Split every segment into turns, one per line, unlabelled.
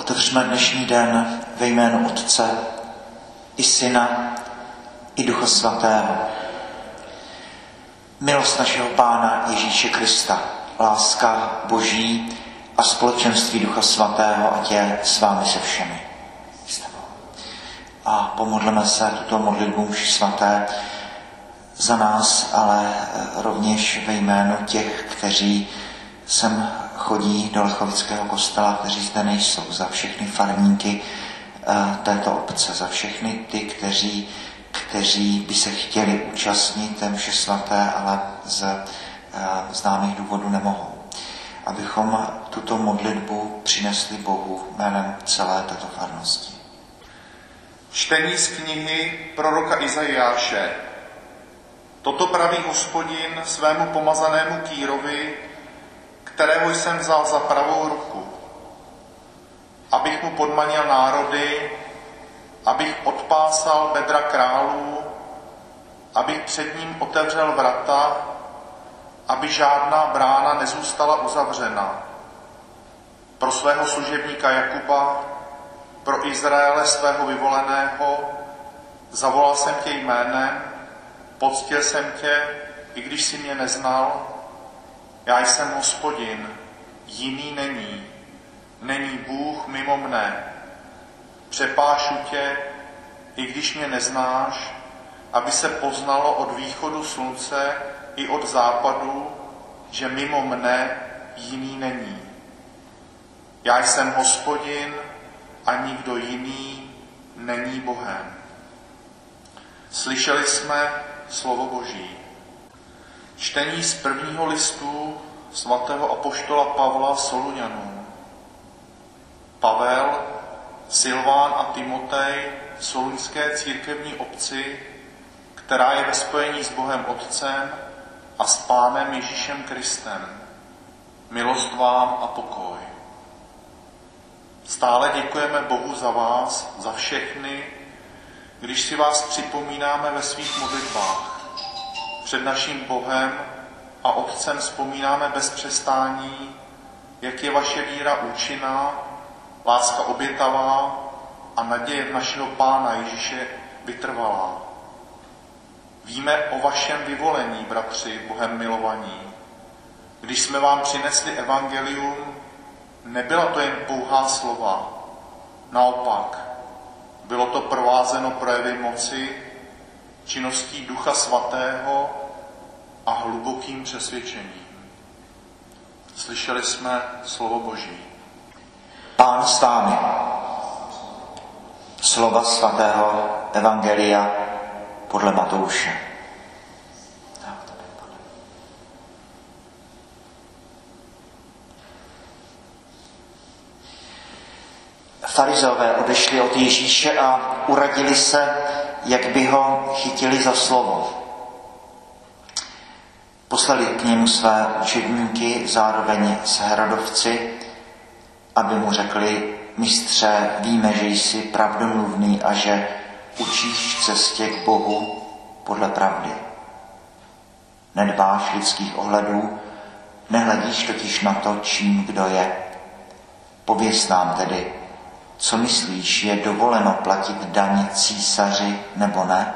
Otevřme dnešní den ve jménu Otce i Syna i Ducha Svatého. Milost našeho Pána Ježíše Krista, láska Boží a společenství Ducha Svatého, ať je s vámi se všemi. A pomodleme se tuto modlitbu mši svaté za nás, ale rovněž ve jménu těch, kteří sem chodí do Lechovického kostela, kteří zde nejsou, za všechny farníky této obce, za všechny ty, kteří by se chtěli účastnit té mše svaté, ale z známých důvodů nemohou. Abychom tuto modlitbu přinesli Bohu jménem celé této farnosti.
Čtení z knihy proroka Izajáše. Toto praví Hospodin svému pomazanému Kýrovi, kterého jsem vzal za pravou ruku, abych mu podmanil národy, abych odpásal bedra králů, abych před ním otevřel vrata, aby žádná brána nezůstala uzavřena. Pro svého služebníka Jakuba, pro Izraele svého vyvoleného, zavolal jsem tě jménem, poctil jsem tě, i když jsi mě neznal. Já jsem Hospodin, jiný není. Není Bůh mimo mne. Přepášu tě, i když mě neznáš, aby se poznalo od východu slunce i od západu, že mimo mne jiný není. Já jsem Hospodin a nikdo jiný není Bohem. Slyšeli jsme slovo Boží. Čtení z prvního listu svatého apoštola Pavla Soluňanům. Pavel, Silván a Timotej soluňské církevní obci, která je ve spojení s Bohem Otcem a s Pánem Ježíšem Kristem. Milost vám a pokoj. Stále děkujeme Bohu za vás, za všechny, když si vás připomínáme ve svých modlitbách. Před naším Bohem a Otcem vzpomínáme bez přestání, jak je vaše víra účinná, láska obětavá a naděje v našeho Pána Ježíše vytrvalá. Víme o vašem vyvolení, bratři, Bohem milovaní. Když jsme vám přinesli evangelium, nebyla to jen pouhá slova. Naopak, bylo to provázeno projevy moci, činností Ducha Svatého a hlubokým přesvědčením. Slyšeli jsme slovo Boží.
Pán s vámi. Slova svatého evangelia podle Matouše. Farizové odešli od Ježíše a uradili se, jak by ho chytili za slovo. Poslali k němu své učedníky, zároveň s Herodovci, aby mu řekli: Mistře, víme, že jsi pravdomluvný a že učíš v cestě k Bohu podle pravdy. Nedbáš lidských ohledů, nehledíš totiž na to, čím kdo je. Pověz nám tedy, co myslíš, je dovoleno platit daň císaři nebo ne?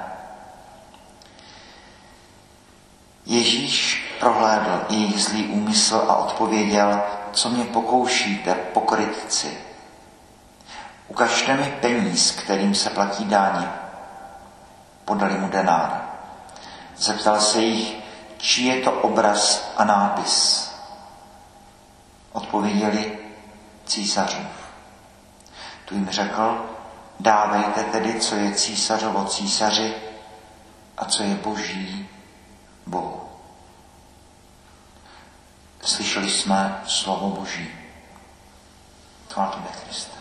Ježíš prohlédl jejich zlý úmysl a odpověděl: Co mě pokoušíte, pokrytci? Ukažte mi peníz, kterým se platí daň. Podali mu denár. Zeptal se jich, čí je to obraz a nápis. Odpověděli: Císařův. Tu jim řekl: Dávejte tedy, co je císařovo císaři a co je Boží Bohu. Slyšeli jsme slovo Boží. Chvála tobě, Kriste.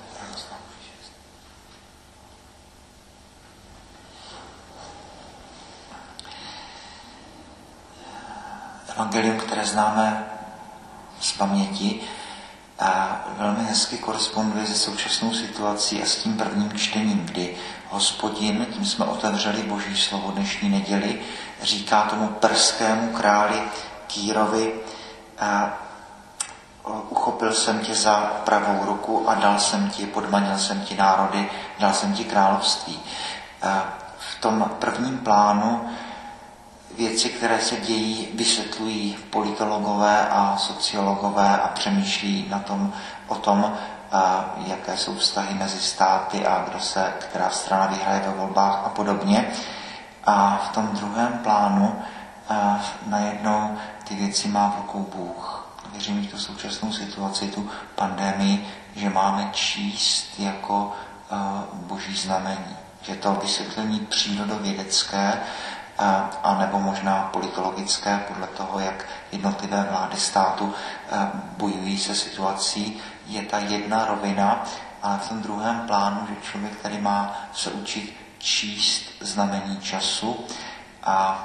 Evangelium, které známe z paměti, a velmi hezky koresponduje se současnou situací a s tím prvním čtením, kdy Hospodin, tím jsme otevřeli Boží slovo dnešní neděli, říká tomu perskému králi Kýrovi: uchopil jsem tě za pravou ruku a dal jsem ti, podmanil jsem ti národy, dal jsem ti království. V tom prvním plánu věci, které se dějí, vysvětlují politologové a sociologové a přemýšlí o tom, jaké jsou vztahy mezi státy a která strana vyhraje ve volbách a podobně. A v tom druhém plánu najednou ty věci má v rukou Bůh. Věřím, že tu současnou situaci, tu pandemii, že máme číst jako boží znamení. Že to vysvětlení přírodovědecké a nebo možná politologické podle toho, jak jednotlivé vlády státu bojují se situací, je ta jedna rovina, ale v tom druhém plánu, že člověk tady má se učit číst znamení času a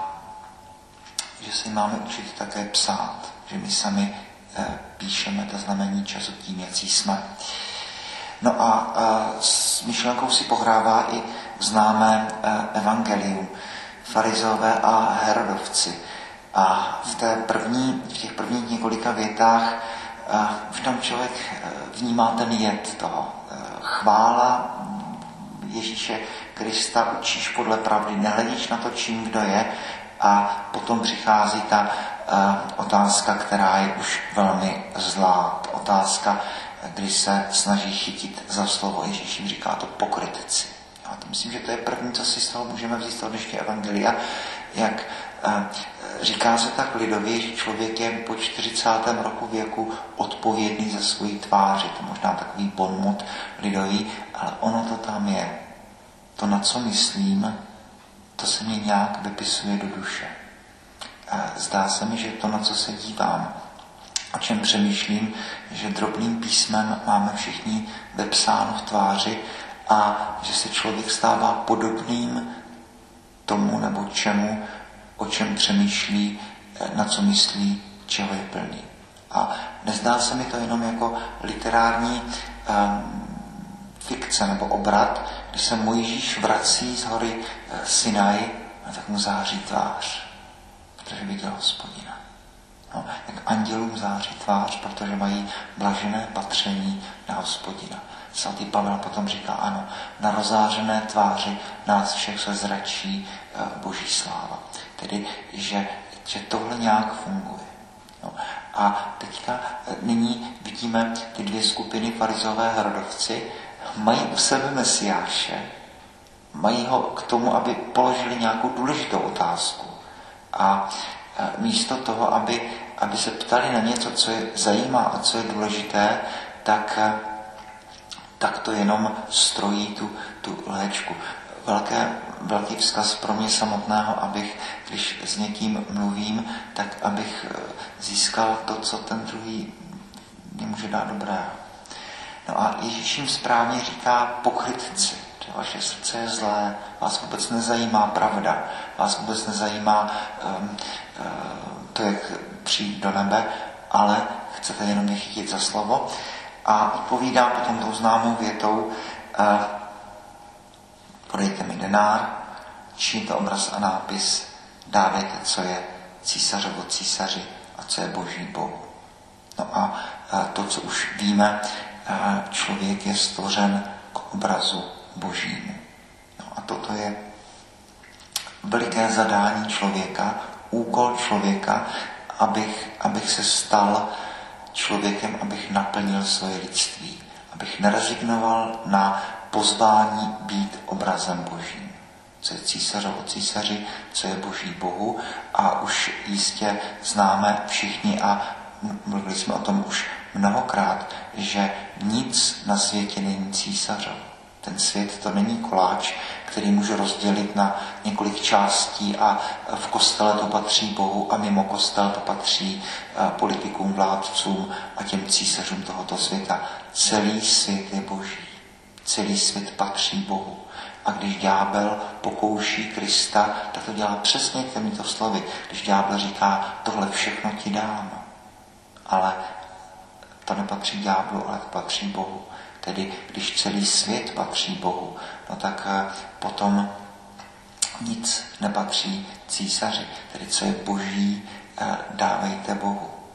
že se máme učit také psát, že my sami píšeme to znamení času tím, jaký jsme. No a s myšlenkou si pohrává i známé evangelium, farizové a herodovci. A v těch prvních několika větách už tam člověk vnímá ten jed toho. Chvála Ježíše Krista, učíš podle pravdy, nehledíš na to, čím kdo je, a potom přichází ta otázka, která je už velmi zlá. Otázka, kdy se snaží chytit za slovo. Ježíš jim říká to pokrytci. Já to myslím, že to je první, co si z toho můžeme vzít z toho dnešního evangelia, jak říká se tak lidově, že člověk je po 40. roku věku odpovědný za svoji tvář. Je to možná takový bonmot lidový, ale ono to tam je. To, na co myslím, to se mi nějak vypisuje do duše. Zdá se mi, že to, na co se dívám, o čem přemýšlím, že drobným písmem máme všichni vepsáno v tváři a že se člověk stává podobným tomu nebo čemu, o čem přemýšlí, na co myslí, čeho je plný. A nezdá se mi to jenom jako literární fikce nebo obrat, když se Mojžíš vrací z hory Sinaj, tak mu září tvář, protože viděl Hospodina. No, jak andělům září tvář, protože mají blažené patření na Hospodina. Svatý Pavel potom říká, ano, na rozářené tváři nás všech se zračí boží sláva. Tedy, že tohle nějak funguje. No. A teďka nyní vidíme ty dvě skupiny, farizové a herodovci, mají u sebe Mesiáše, mají ho k tomu, aby položili nějakou důležitou otázku. A místo toho, aby se ptali na něco, co je zajímá a co je důležité, tak to jenom strojí tu léčku. Velký vzkaz pro mě samotného, abych, když s někým mluvím, tak abych získal to, co ten druhý mě může dát dobrého. No a Ježíš jim správně říká pokrytci, že vaše srdce je zlé, vás vůbec nezajímá pravda, vás vůbec nezajímá to, jak přijít do nebe, ale chcete jenom je chytit za slovo. A odpovídá potom tou známou větou, podejte mi denár, čiňte obraz a nápis, dávejte, co je císařovo císaři a co je boží Bohu. No a to, co už víme, člověk je stvořen k obrazu božímu. No a toto je veliké zadání člověka, úkol člověka, abych se stal člověkem, abych naplnil svoje lidství, abych nerezignoval na pozvání být obrazem božím. Co je císařovo císaři, co je boží Bohu, a už jistě známe všichni a mluvili jsme o tom už mnohokrát, že nic na světě není císařovo. Ten svět to není koláč, který může rozdělit na několik částí a v kostele to patří Bohu a mimo kostel to patří politikům, vládcům a těm císařům tohoto světa. Celý svět je boží. Celý svět patří Bohu. A když ďábel pokouší Krista, tak to dělá přesně těmito slovy. Když ďábel říká, tohle všechno ti dám. Ale to nepatří ďáblu, ale to patří Bohu. Tedy když celý svět patří Bohu, no tak potom nic nepatří císaři. Tedy co je boží, dávejte Bohu.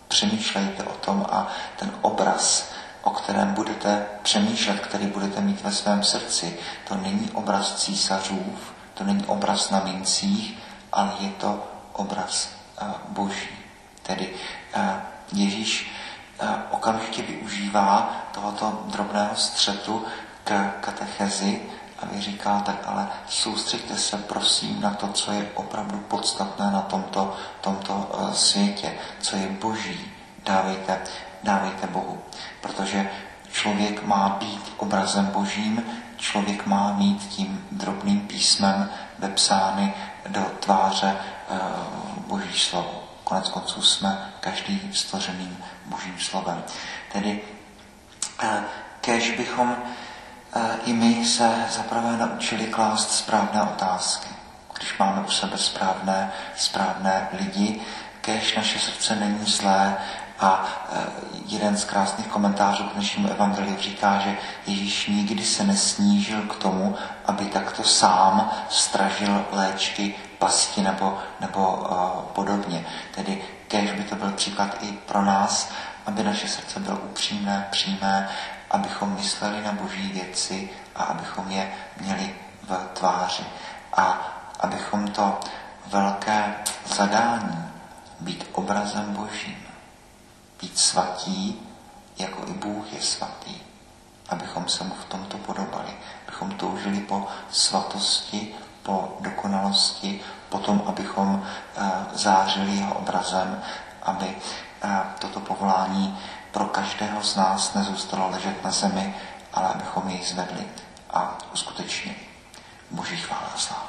přemýšlejte o tom a ten obraz, o kterém budete přemýšlet, který budete mít ve svém srdci, to není obraz císařův, to není obraz na mincích, ale je to obraz Boží. Tedy Ježíš okamžitě využívá tohoto drobného střetu k katechezi a říká, tak ale soustřeďte se prosím na to, co je opravdu podstatné na tomto světě, co je Boží. Dávejte Bohu, protože člověk má být obrazem Božím, člověk má mít tím drobným písmem vepsány do tváře Boží slovo. Konec konců jsme každý stvořeným Božím slovem. Tedy kéž bychom i my se zaprvé naučili klást správné otázky. Když máme u sebe správné lidi, kéž naše srdce není zlé. A jeden z krásných komentářů k dnešnímu evangeliu říká, že Ježíš nikdy se nesnížil k tomu, aby takto sám stražil léčky, pasti nebo podobně. Tedy kéž by to byl příklad i pro nás, aby naše srdce bylo upřímné, přímé, abychom mysleli na Boží věci a abychom je měli v tváři. A abychom to velké zadání být obrazem Božím, být svatí, jako i Bůh je svatý, abychom se mu v tomto podobali, abychom toužili po svatosti, po dokonalosti, potom, abychom zářili jeho obrazem, aby toto povolání pro každého z nás nezůstalo ležet na zemi, ale abychom jej zvedli a uskutečnili. Boží chvála a sláva.